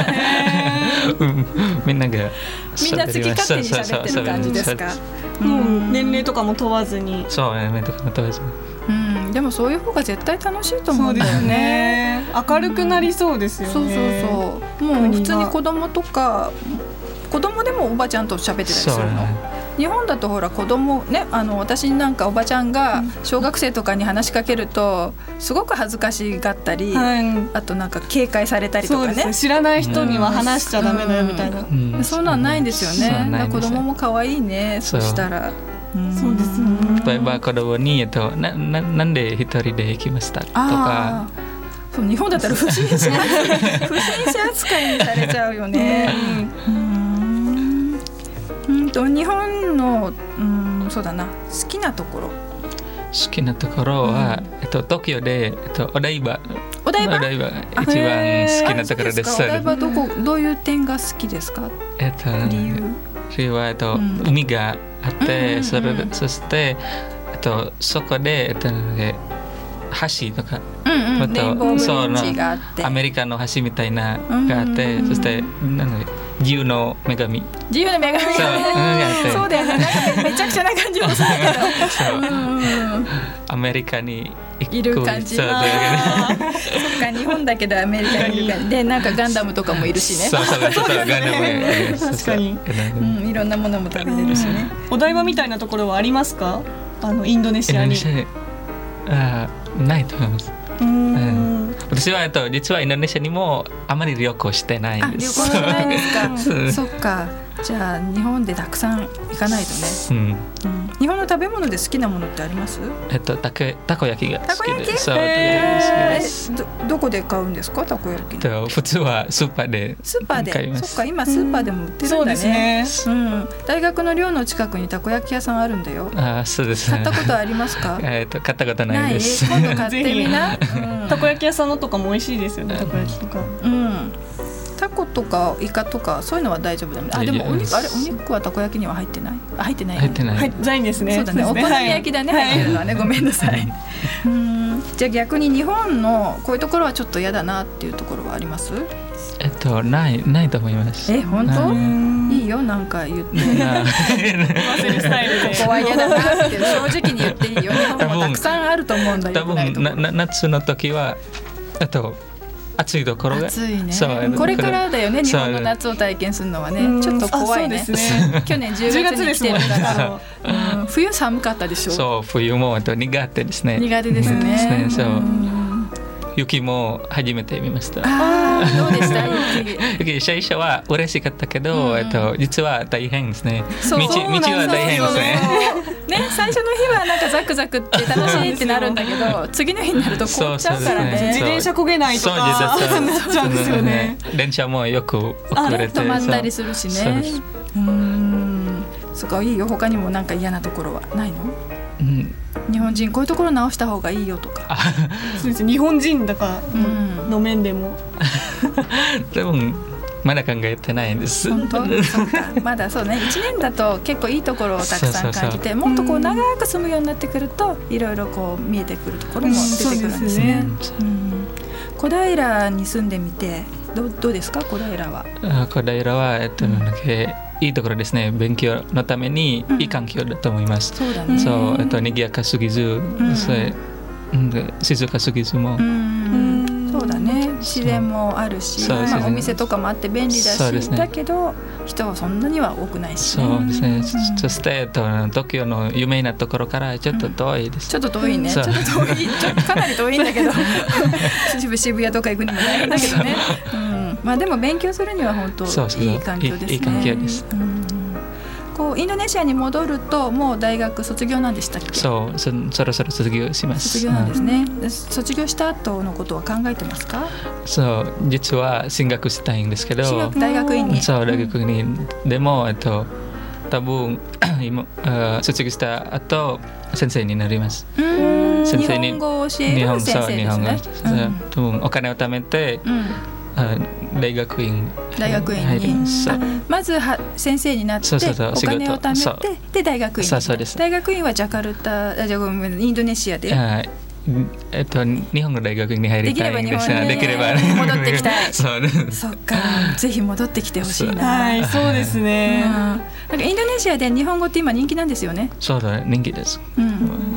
みんながみんな好き勝手に喋ってる感じですか。 もう年齢とかも問わずに。 そう年齢とかも問わずに。 うん、でもそういう方が絶対楽しいと思うんだよね。 明るくなりそうですよね。 そうそうそう。もう普通に子供とか子供でもおばちゃんと喋ってたりするの。日本だとほら子供ねあの私なんかおばちゃんが小学生とかに話しかけるとすごく恥ずかしがったり、はい、あとなんか警戒されたりとかね。 そうですね。知らない人には話しちゃダメだよみたいな。 うんうん、そんなんないんですよね。子供も可愛いね。そしたら。 そうですね。 例えば子供にとなななんで一人で行きましたとか。 そう日本だったら不審者不審者扱いにされちゃうよね。うんうんと日本のうんそうだな好きなところ。 好きなところは、うん、えっと東京でえっとお台場。 お台場。 お台場一番好きなところです。 お台場どこどういう点が好きですか。 えっと理由。理由はえっと、うん、海があって、うん、それそして、えっと、そこで、えっと、橋とか、 うんうん、レインボーブリッジがあってアメリカの橋みたいながあって、うんうん、そしてなんだ自由の女神自由の女神がねそうだよねなんかめちゃくちゃな感じもするけどそう、うん、 アメリカにいる感じそうそっか日本だけどアメリカにいる感じでなんかガンダムとかもいるしねそうそうそうガンダムもいる確かに、 うん、いろんなものも食べれるしね。 お台場みたいなところはありますか？あのインドネシアに。 あないと思います。うん、私はえっと実はインドネシアにもあまり旅行してないんです。 あ、旅行してないですか。そっか。じゃあ日本でたくさん行かないとね。うんうん、日本の食べ物で好きなものってあります？ えっとたこたこ焼きが好きです。 たこ焼き？どどこで買うんですかたこ焼き？ と普通はスーパーでスーパーで買います。そっか今スーパーでも売ってるんだね。そうですね。うん。大学の寮の近くにたこ焼き屋さんあるんだよ。 あ、そうですね。 買ったことありますか？ えっと買ったことないです。 今度買ってみな。 たこ焼き屋さんのとかも美味しいですよね。たこ焼きとか。 うん。タコとかイカとかそういうのは大丈夫だね。あでもお肉あれお肉はたこ焼きには入ってない。あ入ってない、ね。 入ってない。 はいないですね。 そうだね。お好み焼きだね、はい、入ってるのはね。ごめんなさい。うんじゃあ逆に日本のこういうところはちょっと嫌だなっていうところはあります？ えっとないないと思います。 え本当？いいよなんか言って。ここは嫌だなって正直に言っていいよ。日本もたくさんあると思うんだよ。 多分な夏の時はあと。暑いところが暑いね。これからだよね日本の夏を体験するのはねちょっと怖い ね, ね去年じゅうがつに来てるから、うん、冬寒かったでしょ。 そう冬もあと苦手ですね。 苦手ですね。 そう雪も初めて見ました。 あーどうでした雪？ 雪最初は嬉しかったけど、 うん、 えっと実は大変ですね。道道そうは大変ですね。 ね、最初の日はなんかザクザクって楽しいってなるんだけど次の日になると凍っちゃうからね。 そうそうですね。 自転車焦げないとかそうなっちゃうんですよね。 電車もよく遅れて止まったりするしね。うーん、すごいいいよ。他にもなんか嫌なところはないの？うん、日本人こういうところ直した方がいいよとか。 そうです、日本人だからの面でも。 でもまだ考えてないんです。 本当？そうか。まだそうね。いちねんだと結構いいところをたくさん感じて、そうそうそう、もっとこう長く住むようになってくるといろいろこう見えてくるところも出てくるんですね。うん、小平に住んでみてどうどうですか？小平は。 小平はえっとなんかいいところですね。勉強のためにいい環境だと思います。 そうだね。 そう、えっと賑やかすぎず、それ静かすぎずも。 そうだね。自然もあるし、まあ、お店とかもあって便利だし、ね、だけど人はそんなには多くないし、ね、 そうですね、うん、そして東京の有名なところからちょっと遠いです、 うん、ちょっと遠いね。ちょっと遠い、ちょっとかなり遠いんだけど渋谷とか行くにも大変だけどね、うん、まあでも勉強するには本当いい環境ですね。 いい環境です、うん、 こうインドネシアに戻るともう大学卒業なんでしたっけ？ そう、そ, そろそろ卒業します。 卒業なんですね、うん、卒業した後のことは考えてますか？ そう、実は進学したいんですけど、 進学大学院に。 そう、大学院、うん、でも、えっと、多分今卒業した後先生になります。 うん、先生に日本語を教える先生ですね。 多分お金を貯めて、うん大学院大学院にまずは先生になってお金を貯めてで大学院に。大学院はジャカルタ、じゃごめん、インドネシアで、 えっと日本の大学に入りたいんですが、できれば戻ってきたい。 そうね。 そっか、ぜひ戻ってきてほしいな。 はい、そうですね。 なんかインドネシアで日本語って今人気なんですよね。 そうだね、人気です。 うん、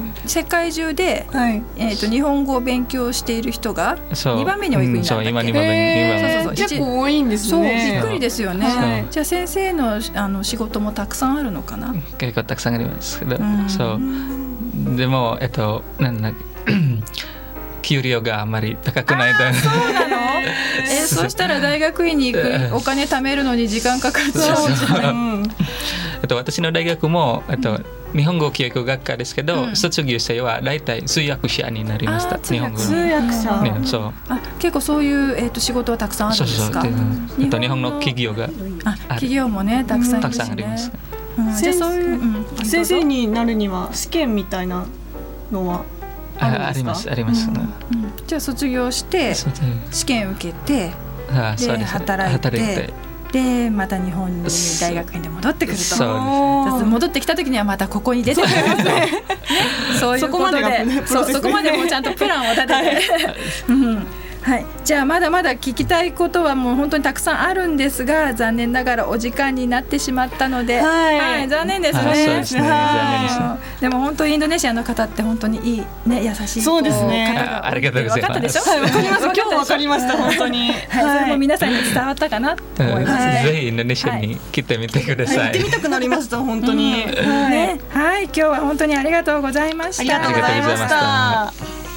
世界中で、はい、えーと日本語を勉強している人がにばんめに多い国なんだっけ？ そう、今にばんめ。 そうそうそう、結構多いんですね。 そう、びっくりですよね。はい、じゃあ先生のあの仕事もたくさんあるのかな？ 結構たくさんありますけど、うん、そうでもえっとなんだっけ給料があまり高くないと。 そうなの？えー、そうしたら大学院に行くお金貯めるのに時間かかっちゃうじゃん。 えっと私の大学もえっと日本語教育学科ですけど、うん、卒業生は大体通訳者になりました。日本語の通訳者、 ね、そう。 あ、結構そういう、えー、と仕事はたくさんあるんですか？ そうそう、えっと日本の企業があ企業もねたくさんいるしね。 たくさんあります。 うん、じゃあそういう、うん、 先生になるには試験みたいなのはあるんですか？ ありますあります、ね、 うんうん、じゃあ卒業して試験受けてあで働いて、働いてでまた日本に大学院で戻ってくると。そう戻ってきた時にはまたここに出てくるね。そういうことでそそこまでもちゃんとプランを立てて、はいうんはい、じゃあまだまだ聞きたいことはもう本当にたくさんあるんですが残念ながらお時間になってしまったので、はいはい、残念ですね。 そうですね、残念ですね。 でも本当にインドネシアの方って本当にいいね、優しいそうですね、 方がありがとうございます。 分かったでしょ？ はい、分かります。今日分かりました本当に。はい、 それも皆さんに伝わったかなと思いますね。 ぜひインドネシアに来てみてください。 行ってみたくなりました本当に。 ね、はい、今日は本当にありがとうございました。 ありがとうございました。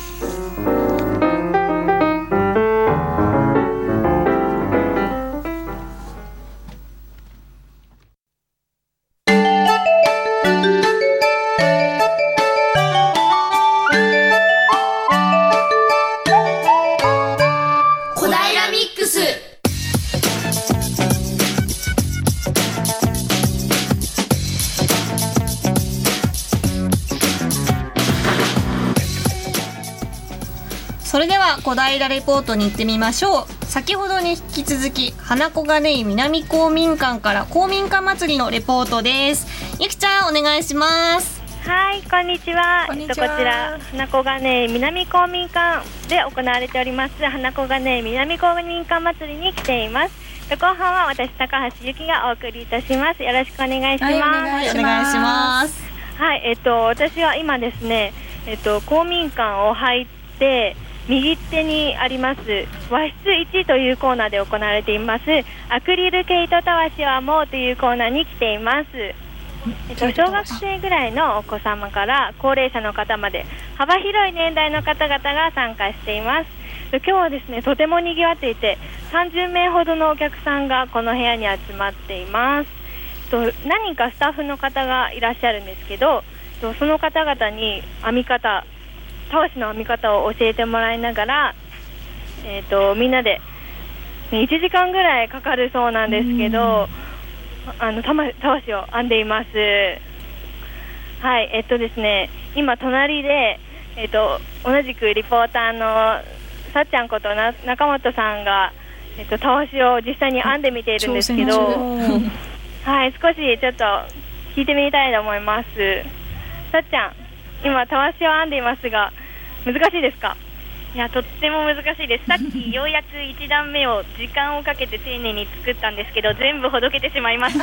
それでは小平レポートに行ってみましょう。先ほどに引き続き花小金井南公民館から公民館祭りのレポートです。ゆきちゃんお願いします。 はい、こんにちは。こんにちは。こちら花小金井南公民館で行われております花小金井南公民館祭りに来ています。後半は私高橋ゆきがお送りいたします。よろしくお願いします。はい、お願いします。 はい、えっと私は今ですね、えっと公民館を入って右手にあります和室いちというコーナーで行われていますアクリル毛糸たわしはもうというコーナーに来ています。えっと、小学生ぐらいのお子様から高齢者の方まで幅広い年代の方々が参加しています。 今日はですねとても賑わっていてさんじゅうめいほどのお客さんがこの部屋に集まっています。と何人かスタッフの方がいらっしゃるんですけど、とその方々に編み方、たわしの編み方を教えてもらいながら、えー、とみんなでいちじかんぐらいかかるそうなんですけど、あのたまたわしを編んでいます。はい、えっとですね今隣で、えっと、同じくリポーターのさっちゃんことな中本さんが、えっと、たわしを実際に編んでみているんですけど、はい、少しちょっと聞いてみたいと思います。さっちゃん、今たわしを編んでいますが難しいですか？ いや、とっても難しいです。さっきようやくいち段目を時間をかけて丁寧に作ったんですけど全部ほどけてしまいました。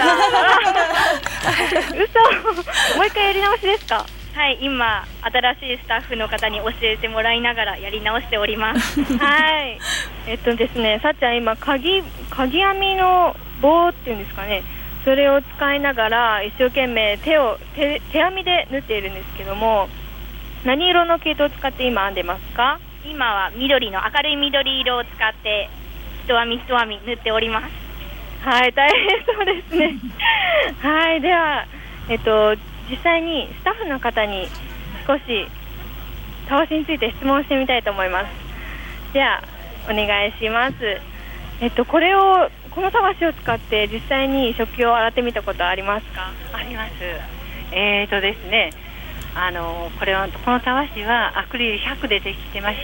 嘘、もう一回やり直しですか？ はい、今新しいスタッフの方に教えてもらいながらやり直しております。 はい、えっとですねさっちゃん今鍵鍵編みの棒っていうんですかね、それを使いながら一生懸命手を 手, 手編みで縫っているんですけども、何色の毛糸を使って今編んでますか？ 今は緑の明るい緑色を使って一編み一編み縫っております。 はい、大変そうですね。はい、ではえっと実際にスタッフの方に少したわしについて質問してみたいと思います。ではお願いします。えっとこれをこのたわしを使って実際に食器を洗ってみたことありますか？ あります。えーとですねあのこれはこのたわしはアクリルひゃくでできてまして、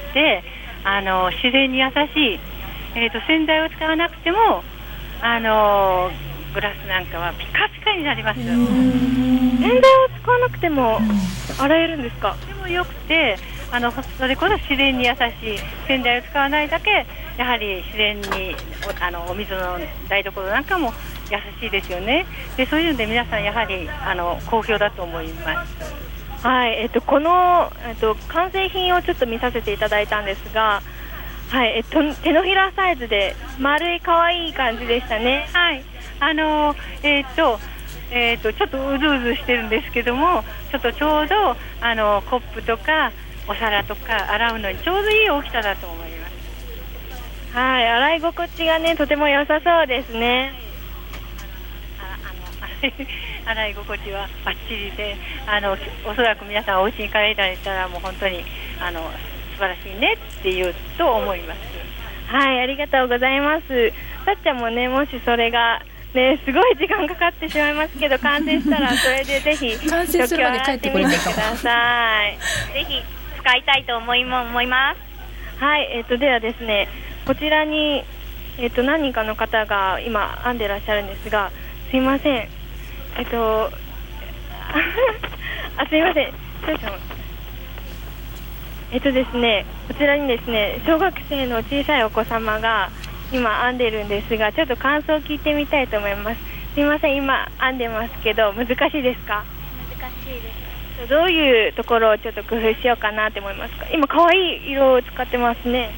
あの自然に優しい、えーと洗剤を使わなくてもあのグラスなんかはピカピカになります。洗剤を使わなくても洗えるんですか？ でもよくて、あのそれこそ自然に優しい、洗剤を使わないだけやはり自然に お, あのお水の台所なんかも優しいですよね。でそういうので皆さんやはりあの好評だと思います。 はい、えっとこの、えっと、完成品をちょっと見させていただいたんですが、はい、えっと、手のひらサイズで丸い可愛い感じでしたね。 はい、あのえっとえっとちょっとうずうずしてるんですけども、ちょっとちょうどあのコップとかお皿とか洗うのにちょうどいい大きさだと思います。 はい、洗い心地がねとても良さそうですね。 洗い心地はバッチリで、あのおそらく皆さんお家に帰られたらもう本当にあの素晴らしいねって言うと思います。 はい、ありがとうございます。さっちゃんもね、もしそれがねすごい時間かかってしまいますけど完成したらそれでぜひ完成するまで帰ってこれないかも。 ください。 ぜひ使いたいと思いも思います。 はい、えっとではですねこちらにえっと何人かの方が今編んでらっしゃるんですが、すいません。えっとあすいませんえっとですねこちらにですね小学生の小さいお子様が今編んでるんですが、ちょっと感想を聞いてみたいと思います。すいません、今編んでますけど難しいですか？ 難しいです。 どういうところをちょっと工夫しようかなと思いますか？今可愛い色を使ってますね。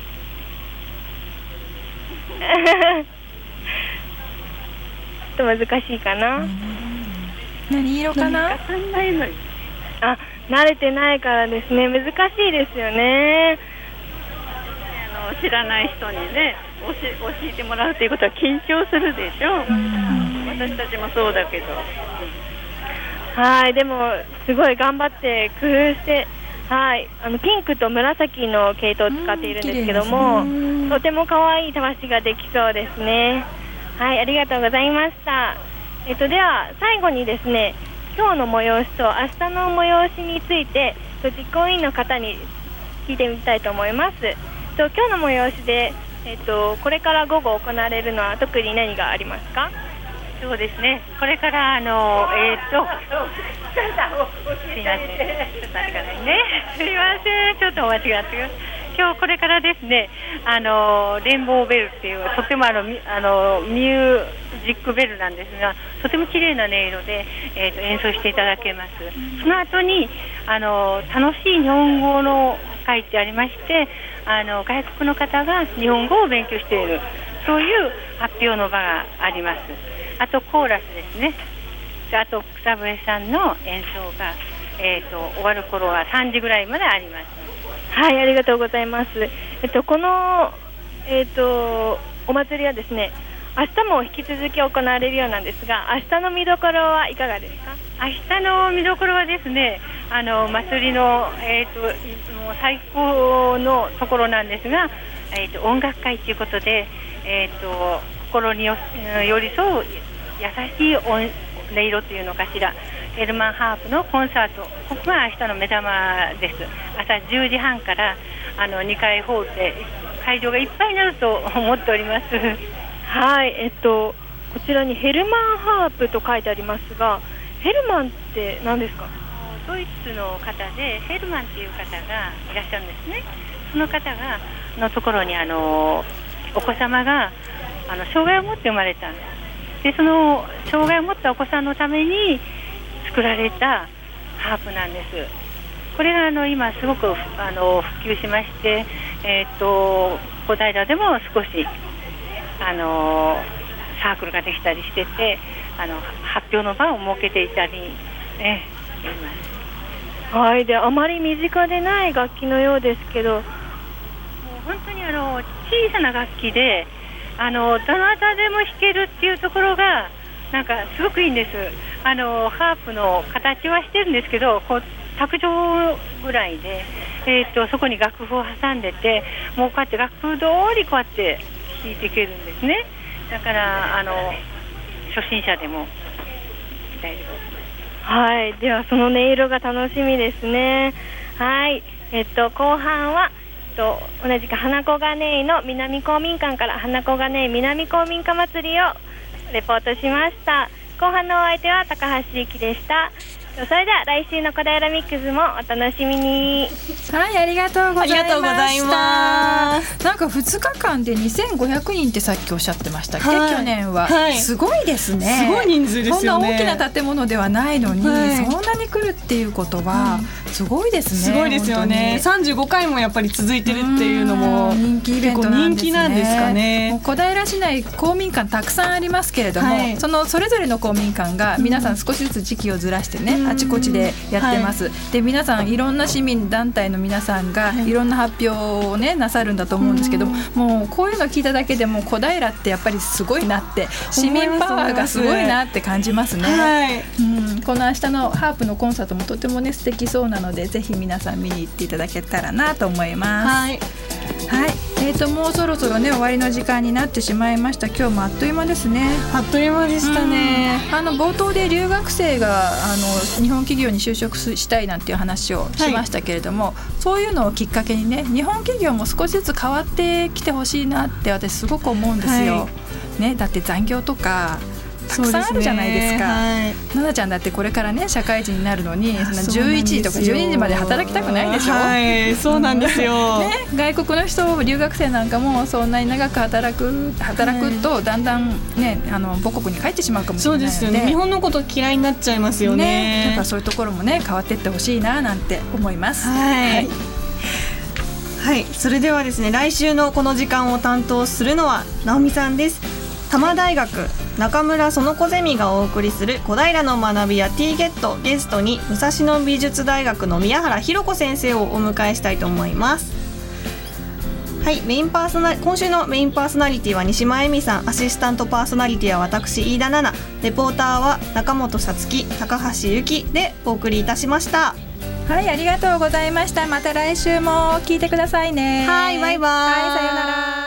ちょっと難しいかな。 何色かな？ あ、 慣れてないからですね、難しいですよね。 あの知らない人にね教え、教えてもらうということは緊張するでしょう。私たちもそうだけど。 はい、でもすごい頑張って工夫して、はい、あのピンクと紫の毛糸を使っているんですけども、とても可愛いたわしができそうですね。はい、ありがとうございました。えっと、では最後にですね今日の催しと明日の催しについて実行委員の方に聞いてみたいと思います。と今日の催しで、えっと、これから午後行われるのは特に何がありますか？ そうですね、これからあのえー、っとすいません、ちょっと待ってくださいね。すいません、ちょっとお待ちください。今日これからですね、あのレインボーベルっていうとてもあのあのミュージックベルなんですが、とても綺麗な音色で、えー、と演奏していただけます。その後にあの楽しい日本語の書いてありまして、あの外国の方が日本語を勉強している、そういう発表の場があります。あとコーラスですね。あと草笛さんの演奏が、えー、と終わる頃はさんじぐらいまであります。 はい、ありがとうございます。えっとこのえっとお祭りはですね、明日も引き続き行われるようなんですが、明日の見どころはいかがですか？ 明日の見どころはですね、あの祭りの、えー、ともう最高のところなんですが、えー、と音楽会ということで、えー、と心によ寄り添う優しい音色というのかしら、ヘルマンハープのコンサート、ここが明日の目玉です。朝じゅうじはんからあのにかいホールで会場がいっぱいになると思っております。 はい、えっとこちらにヘルマンハープと書いてありますが、ヘルマンって何ですか？ ドイツの方でヘルマンっていう方がいらっしゃるんですね。その方がのところにあのお子様があの障害を持って生まれたんです。でその障害を持ったお子さんのために作られたハープなんです。これがあの今すごくあの普及しまして、えー、と小平でも少しあのサークルができたりしてて、あの発表の場を設けていたり、えいます。 はい、であまり身近でない楽器のようですけど、もう本当にあの小さな楽器で、あのどなたでも弾けるっていうところがなんかすごくいいんです。あのハープの形はしてるんですけど、こう卓上ぐらいで、えー、とそこに楽譜を挟んでて、もうこうやって楽譜通りこうやって弾いていけるんですね。だからあの初心者でも大丈夫です。 はい、ではその音色が楽しみですね。はい、えっと後半は、えっと、同じく花子金井の南公民館から花子金井南公民館祭りをレポートしました。後半のお相手は高橋ゆきでした。それでは来週の小平ミックスもお楽しみに。 はい、ありがとうございました。 ありがとうございます。 なんかふつかかんでにせんごひゃくにんってさっきおっしゃってましたっけ、 はい、 去年は、 はい、 すごいですね。 すごい人数ですよね。 そんな大きな建物ではないのに、 はい、 そんなに来るっていうことはすごいですね。 すごいですよね。さんじゅうごかいもやっぱり続いてるっていうのも人気イベントなんですね。 人気なんですかね。 もう小平市内公民館たくさんありますけれども、はい、そのそれぞれの公民館が皆さん少しずつ時期をずらしてね、あちこちでやってます、はい、で皆さんいろんな市民団体の皆さんがいろんな発表をねなさるんだと思うんですけど、もうこういうの聞いただけでも小平ってやっぱりすごいなって、市民パワーがすごいなって感じますね、はい、うん、この明日のハープのコンサートもとてもね素敵そうなので、ぜひ皆さん見に行っていただけたらなと思います。はい、はい、えーともうそろそろね終わりの時間になってしまいました。今日もあっという間ですね。 あっという間でしたね。 あの冒頭で留学生があの日本企業に就職したいなんていう話をしましたけれども、はい、そういうのをきっかけにね、日本企業も少しずつ変わってきてほしいなって私すごく思うんですよ、はい、ね、だって残業とかたくさんあるじゃないですか。奈々、はい、ちゃんだってこれからね社会人になるのにそんなじゅういちじとかじゅうにじまで働きたくないでしょ。 はい、そうなんですよ、 ね、外国の人留学生なんかもそんなに長く働く働くとだんだん、ね、あの母国に帰ってしまうかもしれないので。 そうですよね、日本のこと嫌いになっちゃいますよ ね, ねなんかそういうところもね変わっていってほしいななんて思います。 はい、 はいはい、それではですね、来週のこの時間を担当するのは直美さんです。多摩大学中村園子ゼミがお送りする小平の学びや T ゲット、ゲストに武蔵野美術大学の宮原弘子先生をお迎えしたいと思います。はい、メインパーソナ今週のメインパーソナリティは西間恵美さん、アシスタントパーソナリティは私飯田奈々、レポーターは中本さつき、高橋由紀でお送りいたしました。 はい、ありがとうございました。また来週も聞いてくださいね。 はい、バイバイ。 はい、さようなら。